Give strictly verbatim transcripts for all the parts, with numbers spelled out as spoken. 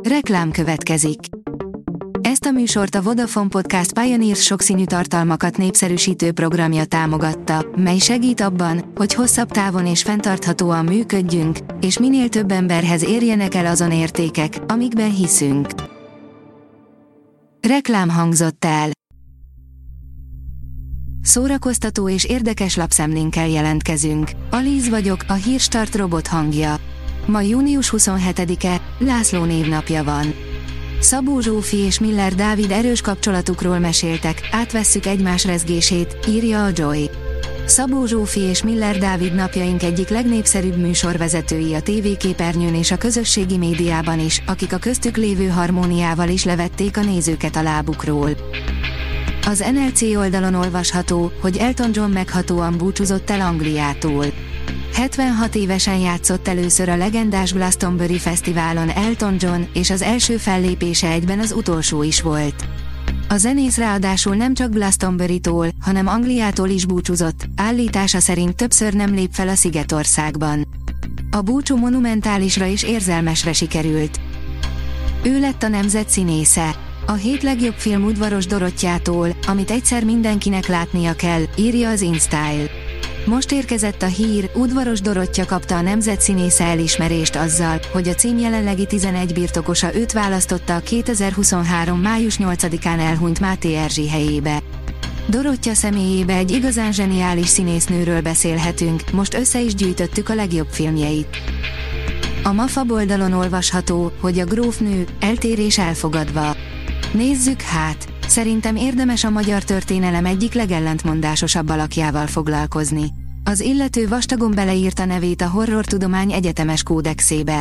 Reklám következik. Ezt a műsort a Vodafone Podcast Pioneers sokszínű tartalmakat népszerűsítő programja támogatta, mely segít abban, hogy hosszabb távon és fenntarthatóan működjünk, és minél több emberhez érjenek el azon értékek, amikben hiszünk. Reklám hangzott el. Szórakoztató és érdekes lapszemlénkkel jelentkezünk. Alíz vagyok, a Hírstart robot hangja. Ma június huszonhetedike, László névnapja van. Szabó Zsófi és Miller Dávid erős kapcsolatukról meséltek, átvesszük egymás rezgését, írja a Joy. Szabó Zsófi és Miller Dávid napjaink egyik legnépszerűbb műsorvezetői a tévéképernyőn és a közösségi médiában is, akik a köztük lévő harmóniával is levették a nézőket a lábukról. Az en el cé oldalon olvasható, hogy Elton John meghatóan búcsúzott el Angliától. hetvenhat évesen játszott először a legendás Glastonbury Fesztiválon Elton John, és az első fellépése egyben az utolsó is volt. A zenész ráadásul nem csak Glastonburytól, hanem Angliától is búcsúzott, állítása szerint többször nem lép fel a Szigetországban. A búcsú monumentálisra és érzelmesre sikerült. Ő lett a nemzet színésze. A hét legjobb film Udvaros Dorottyától, amit egyszer mindenkinek látnia kell, írja az InStyle. Most érkezett a hír, Udvaros Dorottya kapta a nemzet színésze elismerést azzal, hogy a cím jelenlegi tizenegy birtokosa őt választotta a kétezer-huszonhárom május nyolcadikán elhunyt Máté Erzsi helyébe. Dorottya személyébe egy igazán zseniális színésznőről beszélhetünk, most össze is gyűjtöttük a legjobb filmjeit. A MAFA oldalon olvasható, hogy a grófnő, eltérés elfogadva. Nézzük hát! Szerintem érdemes a magyar történelem egyik legellentmondásosabb alakjával foglalkozni. Az illető vastagon beleírta nevét a horrortudomány egyetemes kódexébe.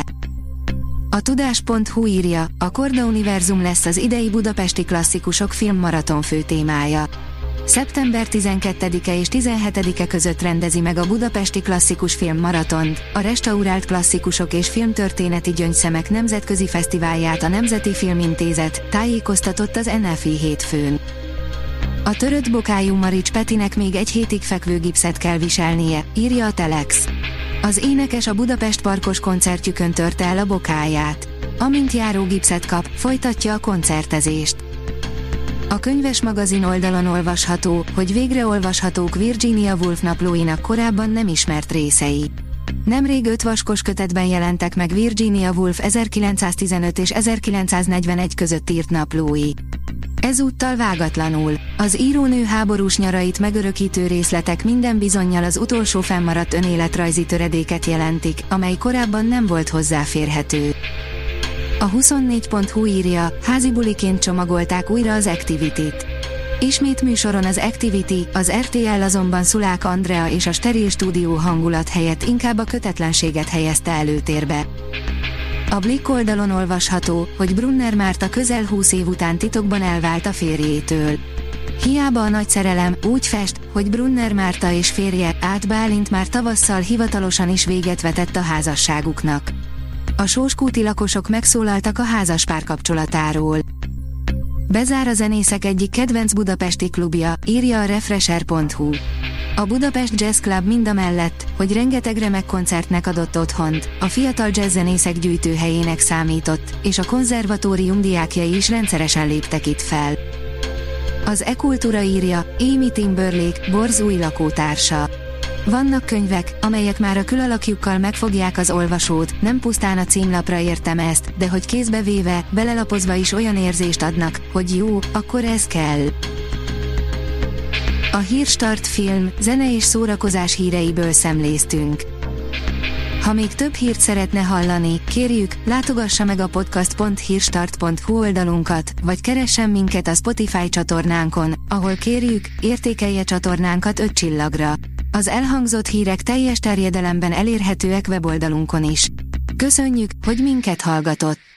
A tudás pont hu írja, a Korda univerzum lesz az idei budapesti klasszikusok filmmaraton főtémája. szeptember tizenkettedike és tizenhetedike között rendezi meg a Budapesti Klasszikus Film Maratont, a restaurált klasszikusok és filmtörténeti gyöngyszemek nemzetközi fesztiválját a Nemzeti Filmintézet, tájékoztatott az en ef i hétfőn. A törött bokájú Marics Petinek még egy hétig fekvőgipszet kell viselnie, írja a Telex. Az énekes a Budapest Parkos koncertjükön törte el a bokáját. Amint járógipszet kap, folytatja a koncertezést. A Könyves magazin oldalon olvasható, hogy végre olvashatók Virginia Woolf naplóinak korábban nem ismert részei. Nemrég öt vaskos kötetben jelentek meg Virginia Woolf ezerkilencszáztizenöt és ezerkilencszáznegyvenegy között írt naplói. Ezúttal vágatlanul, az írónő háborús nyarait megörökítő részletek minden bizonnyal az utolsó fennmaradt önéletrajzi töredéket jelentik, amely korábban nem volt hozzáférhető. A huszonnégy pont hu írja, házi buliként csomagolták újra az Activity-t. Ismét műsoron az Activity, az er té el azonban Szulák Andrea és a steril stúdió hangulat helyett inkább a kötetlenséget helyezte előtérbe. A Blick oldalon olvasható, hogy Brunner Márta közel húsz év után titokban elvált a férjétől. Hiába a nagy szerelem, úgy fest, hogy Brunner Márta és férje, Áth Bálint már tavasszal hivatalosan is véget vetett a házasságuknak. A sóskúti lakosok megszólaltak a házaspár kapcsolatáról. Bezár a zenészek egyik kedvenc budapesti klubja, írja a refresher pont hu. A Budapest Jazz Club mindamellett, hogy rengeteg remek koncertnek adott otthont, a fiatal jazzzenészek gyűjtőhelyének számított, és a konzervatórium diákjai is rendszeresen léptek itt fel. Az E-Kultúra írja, Amy Timberlake, Borz új lakótársa. Vannak könyvek, amelyek már a külalakjukkal megfogják az olvasót, nem pusztán a címlapra értem ezt, de hogy kézbe véve, belelapozva is olyan érzést adnak, hogy jó, akkor ez kell. A Hírstart film, zene és szórakozás híreiből szemléztünk. Ha még több hírt szeretne hallani, kérjük, látogassa meg a podcast pont hírstart pont hu oldalunkat, vagy keressen minket a Spotify csatornánkon, ahol kérjük, értékelje csatornánkat öt csillagra. Az elhangzott hírek teljes terjedelemben elérhetőek weboldalunkon is. Köszönjük, hogy minket hallgatott!